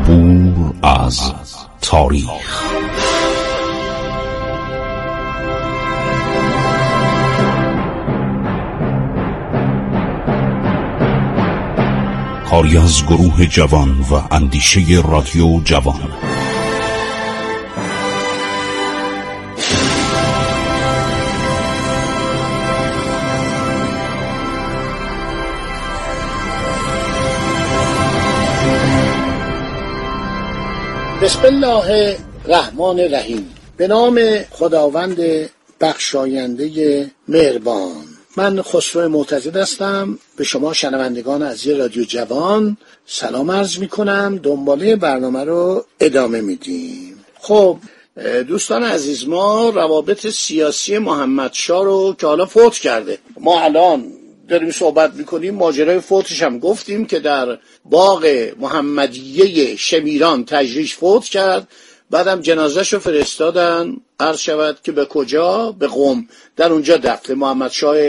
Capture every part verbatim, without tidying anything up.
عبور از تاریخ. کاری از گروه جوان و اندیشه رادیو جوان. بسم الله الرحمن الرحیم. به نام خداوند بخشاینده مهربان. من خسرو معتزد هستم. به شما شنوندگان عزیز رادیو جوان سلام عرض می کنم. دنباله برنامه رو ادامه میدیم. خب دوستان عزیز، ما روابط سیاسی محمدشاه رو که حالا فوت کرده، ما الان داریم صحبت میکنیم، ماجرای فوتش هم گفتیم که در باغ محمدیه شمیران تجریش فوت کرد. بعدم جنازه‌ش رو فرستادن، عرض شود که به کجا؟ به قم. در اونجا دفن محمدشاه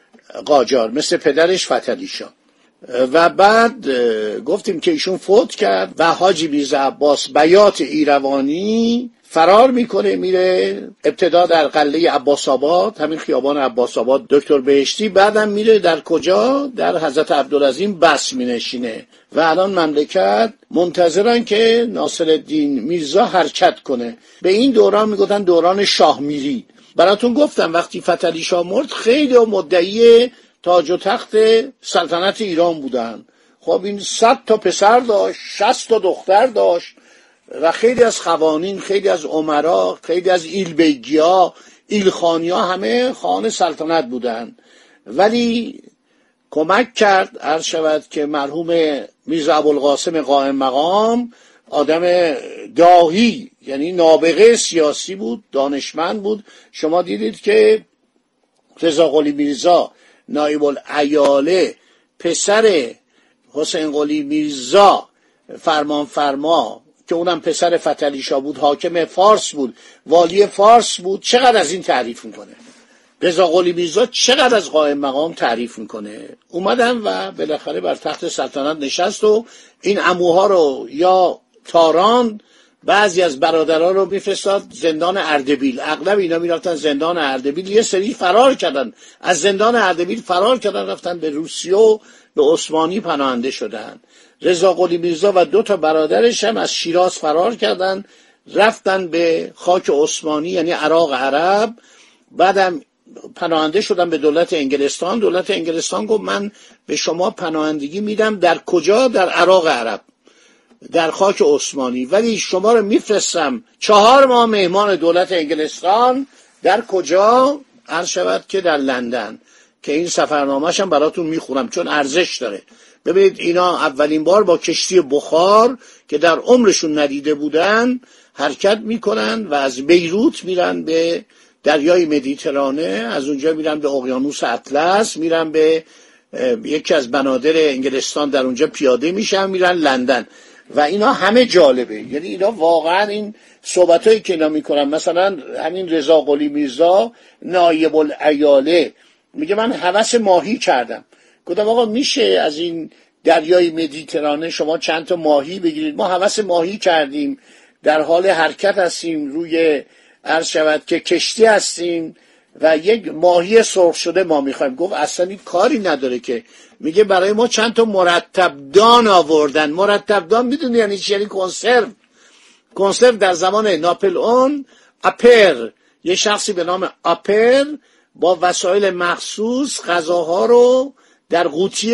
قاجار مثل پدرش فتحعلی شاه. و بعد گفتیم که ایشون فوت کرد و حاجی میرزا عباس بیات ایروانی فرار میکنه، میره ابتدا در قلعه عباس آباد، همین خیابان عباس آباد دکتر بهشتی، بعدم میره در کجا؟ در حضرت عبدالعظیم بس مینشینه و الان مملکت منتظرن که ناصرالدین میرزا حرکت کنه. به این دوران میگفتن دوران شاه میری. براتون گفتم وقتی فتحعلی شاه مرد خیلی مدعی تاج و تخت سلطنت ایران بودن. خب این صد تا پسر داشت، شصت تا دختر داشت و خیلی از خوانین، خیلی از امرا، خیلی از ایلبیگیا، ایلخانیا همه خان سلطنت بودن. ولی کمک کرد عرض شود که مرحوم میرزا ابوالقاسم قائم مقام آدم داهی، یعنی نابغه سیاسی بود، دانشمند بود. شما دیدید که رضا قلی میرزا نایب الایاله پسر حسین قلی میرزا فرمان فرما که اونم پسر فتحعلی شاه بود، حاکم فارس بود، والی فارس بود، چقدر از این تعریف میکنه. رضا قلی میرزا چقدر از قائم مقام تعریف میکنه. اومدن و بالاخره بر تخت سلطنت نشست و این عموها رو یا تاران، بعضی از برادرها رو میفرستاد زندان اردبیل. اغلب اینا میرفتن زندان اردبیل. یه سری فرار کردن از زندان اردبیل، فرار کردن رفتن به روسیه و به عثمانی پناهنده شدن. رضا قلی میرزا و دو تا برادرش هم از شیراز فرار کردن رفتن به خاک عثمانی، یعنی عراق عرب. بعدم پناهنده شدن به دولت انگلستان. دولت انگلستان گفت من به شما پناهندگی میدم. در کجا؟ در عراق عرب، در خاک عثمانی، ولی شما رو میفرستم چهار ماه مهمان دولت انگلستان. در کجا؟ عرض شود که در لندن، که این سفرنامه‌ش هم براتون میخونم چون ارزش داره. ببینید اینا اولین بار با کشتی بخار که در عمرشون ندیده بودن حرکت میکنن و از بیروت میرن به دریای مدیترانه، از اونجا میرن به اقیانوس اطلس، میرن به یکی از بنادر انگلستان، در اونجا پیاده میشن میرن لندن. و اینا همه جالبه، یعنی اینا واقعا این صحبتایی که اینا میکنن، مثلا همین رضا قلی میرزا نایب الایاله میگه من هوس ماهی کردم. گفتم آقا میشه از این دریای مدیترانه شما چند تا ماهی بگیرید؟ ما هوس ماهی کردیم، در حال حرکت هستیم، روی عرض شود که کشتی هستیم و یک ماهی سرخ شده ما میخوایم. گفت اصلا این کاری نداره که. میگه برای ما چند تا مرتب دان آوردن. مرتب دان میدونی یعنی چی؟ یعنی کنسرو. کنسرو در زمان ناپلئون، اپر، یه شخصی به نام اپر با وسایل مخصوص غذاها رو در قوطی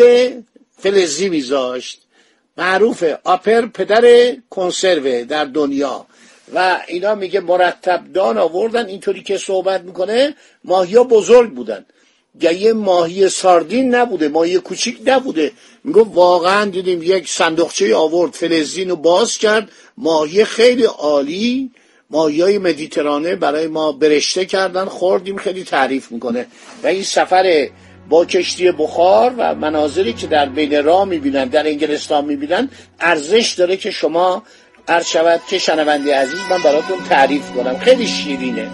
فلزی میذاشت. معروفه اپر پدر کنسرو در دنیا. و اینا میگه مرتب دان آوردن. اینطوری که صحبت میکنه ماهی ها بزرگ بودن، یه ماهی ساردین نبوده، ماهی کوچیک نبوده. میگه واقعا دیدیم یک صندوقچه آورد فلزین رو باز کرد، ماهی خیلی عالی، ماهی های مدیترانه برای ما برشته کردن، خوردیم. خیلی تعریف میکنه. و این سفر با کشتی بخار و مناظری که در بین راه میبینن، در انگلستان میبینن، ارزش داره که شما عرض شود که شنونده عزیز من براتون تعریف کنم. خیلی شیرینه.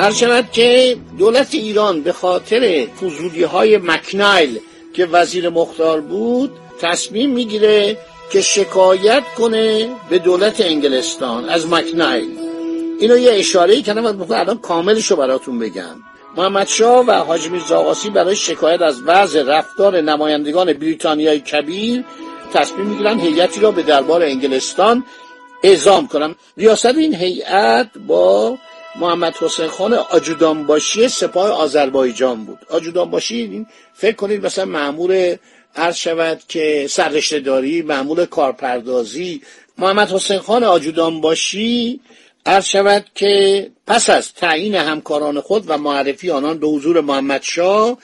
هر شود که دولت ایران به خاطر فضولی‌های مکنایل که وزیر مختار بود تصمیم میگیره که شکایت کنه به دولت انگلستان از مکنایل. اینو یه اشاره‌ای کردم الان کاملشو براتون بگم. محمد شاه و حاجی میرزا آقاسی برای شکایت از وضع رفتار نمایندگان بریتانیای کبیر تصمیم میگیرن هیئتی را به دربار انگلستان اعزام کنن. ریاست این هیئت با محمد حسین خان آجودانباشی سپاه آذربایجان بود. آجودانباشی این فکر کنید مثلا مأمور عرض شود که سررشته داری، مأمور کارپردازی. محمد حسین خان آجودانباشی عرض شود که پس از تعیین همکاران خود و معرفی آنان به حضور محمد شاه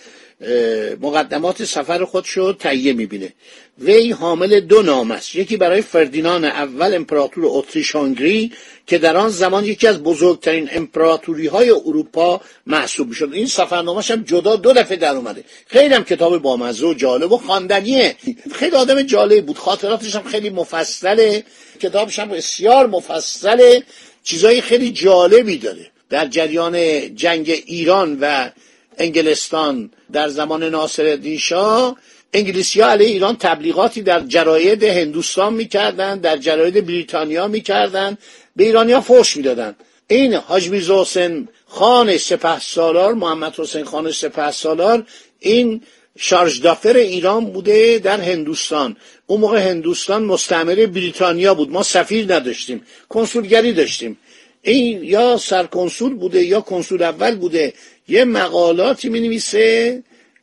مقدمات سفر خود شد تهیه میبینه. وی حامل دو نامه است، یکی برای فردیناند اول امپراتور اتریش هنگری که در آن زمان یکی از بزرگترین امپراتوری های اروپا محسوب میشد. این سفرنامه‌اش هم جدا دو دفعه در اومده. خیلی هم کتاب بامزه و جالب و خواندنیه. خیلی آدم جالب بود، خاطراتش هم خیلی مفصله، کتابش هم بسیار مفصله، چیزای خیلی جالبی داره. در جریان جنگ ایران و انگلستان در زمان ناصرالدین شاه انگلیسی‌ها علیه ایران تبلیغاتی در جراید هندوستان می‌کردند، در جراید بریتانیا می‌کردند، به ایرانی‌ها فحش می‌دادند. این حاج میرزا حسین خان سپهسالار، محمد حسین خان سپهسالار، این شارژ دافر ایران بوده در هندوستان. اون موقع هندوستان مستعمره بریتانیا بود، ما سفیر نداشتیم، کنسولگری داشتیم. این یا سرکنسول بوده یا کنسول اول بوده، یه مقالاتی می‌نویسه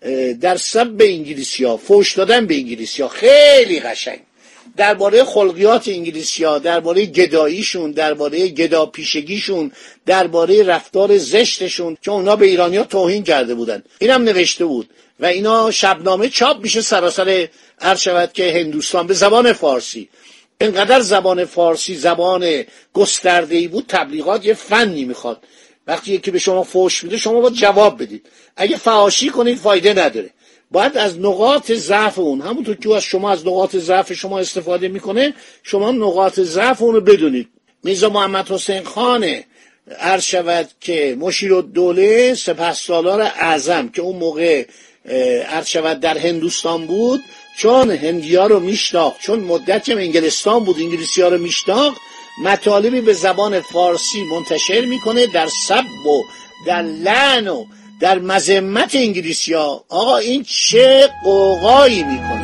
در سب انگلیسی‌ها، فحش دادن به انگلیسی‌ها، خیلی قشنگ درباره خلقیات انگلیسی‌ها، درباره گداییشون، درباره گداپیشگیشون، درباره رفتار زشتشون که اونا به ایرانی‌ها توهین کرده بودن. اینم نوشته بود و اینا شبنامه چاپ میشه سراسر عرض شود که هندوستان به زبان فارسی. اینقدر زبان فارسی زبان گسترده‌ای بود، تبلیغات یه فنی میخواد. وقتی یکی به شما فحش میده شما باید جواب بدید. اگه فحاشی کنید فایده نداره. باید از نقاط ضعف اون، همونطور که از شما از نقاط ضعف شما استفاده میکنه، شما نقاط ضعف اون رو بدونید. میرزا محمد حسین خان عرض شود که مشیرالدوله سپهسالار اعظم که اون موقع عرض شود در هندوستان بود، چون هندی‌ها رو میشناخت، چون مدتی هم انگلستان بود انگلیسی‌ها رو میشناخت، مطالبی به زبان فارسی منتشر میکنه در سب و در لعن و در مذمت انگلیسی‌ها. آقا این چه قوقایی میکنه.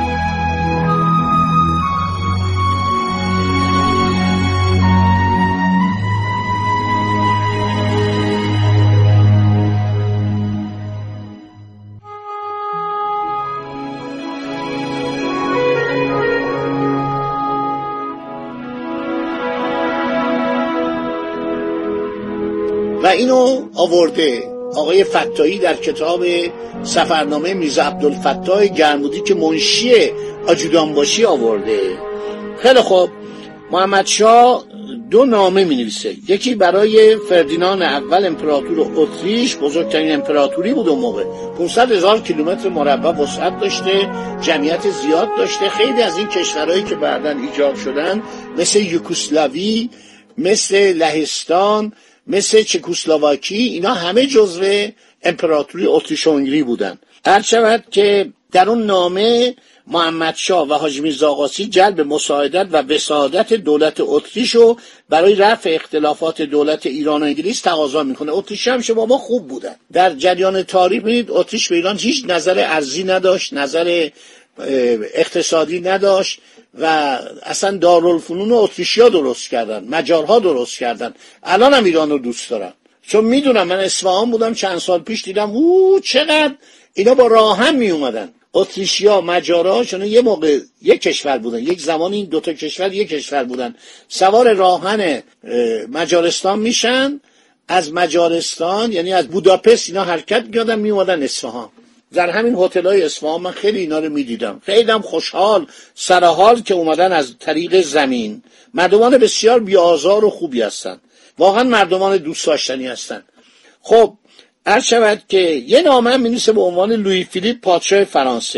و اینو آورده آقای فتاحی در کتاب سفرنامه میرزا عبدالفتاح گرمودی که منشی آجودانباشی آورده. خیلی خوب، محمد شاه دو نامه می نویسه، یکی برای فردیناند اول امپراتور اتریش، بزرگترین امپراتوری بود اون موقع، پانصد هزار کیلومتر مربع وسعت داشته، جمعیت زیاد داشته. خیلی از این کشورهایی که بعداً ایجاد شدن مثل یوگسلاوی، مثل لهستان، مثل چکسلواکی، اینا همه جزو امپراتوری اتریش هنگری بودن. هر شود که در اون نامه محمد شاه و حاجی میرزا آقاسی جلب مساعدت و وسادت دولت اتریش رو برای رفع اختلافات دولت ایران و انگلیس تقاضا میکنه. اتریش هم با ما خوب بودن. در جریان تاریخ می‌بینید اتریش به ایران هیچ نظر ارضی نداشت، نظر اقتصادی نداشت و اصلا دارالفنون اتریشیا درست کردن، مجارها درست کردن. الان هم ایران رو دوست دارن، چون میدونم، من اصفهان بودم چند سال پیش، دیدم او چقدر اینا با راهم می اومدن. اتریشیا، مجارها، چون یه موقع یک کشور بودن، یک زمان این دوتا کشور یک کشور بودن، سوار راهن مجارستان میشن، از مجارستان یعنی از بوداپست اینا حرکت می‌کردن می اومدن اصفهان. در همین هتل‌های اصفهان من خیلی اینا رو می‌دیدم، خیلی هم خوشحال سرحال که اومدن از طریق زمین. مردمان بسیار بی‌آزار و خوبی هستن، واقعا مردمان دوست داشتنی هستن. خب عرض شود که یه نامه هم می‌نویسه به عنوان لویی فیلیپ پادشاه فرانسه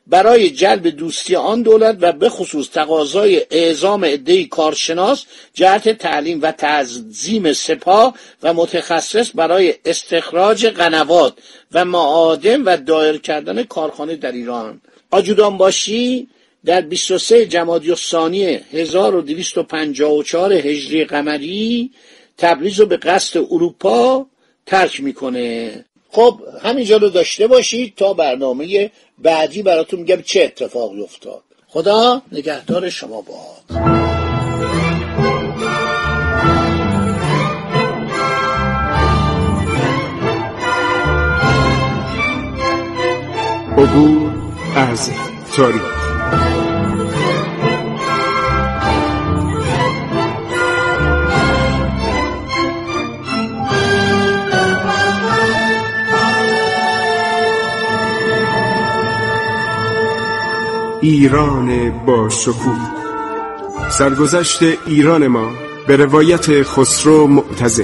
برای جلب دوستی آن دولت و به خصوص تقاضای اعزام عده‌ای کارشناس جهت تعلیم و تعظیم سپاه و متخصص برای استخراج قنوات و معادن و دایر کردن کارخانه در ایران. آجودان باشی در بیست و سوم جمادی الثانی هزار و دویست و پنجاه و چهار هجری قمری تبریز رو به قصد اروپا ترک میکنه. خب همینجا رو داشته باشید تا برنامه بعدی براتون میگم چه اتفاقی افتاد. خدا نگهدار شما باد. عبور از تاریخ. ایران با شکوه. سرگذشت ایران ما به روایت خسرو معتزد.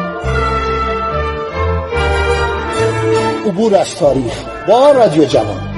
عبور از تاریخ با رادیو جوان.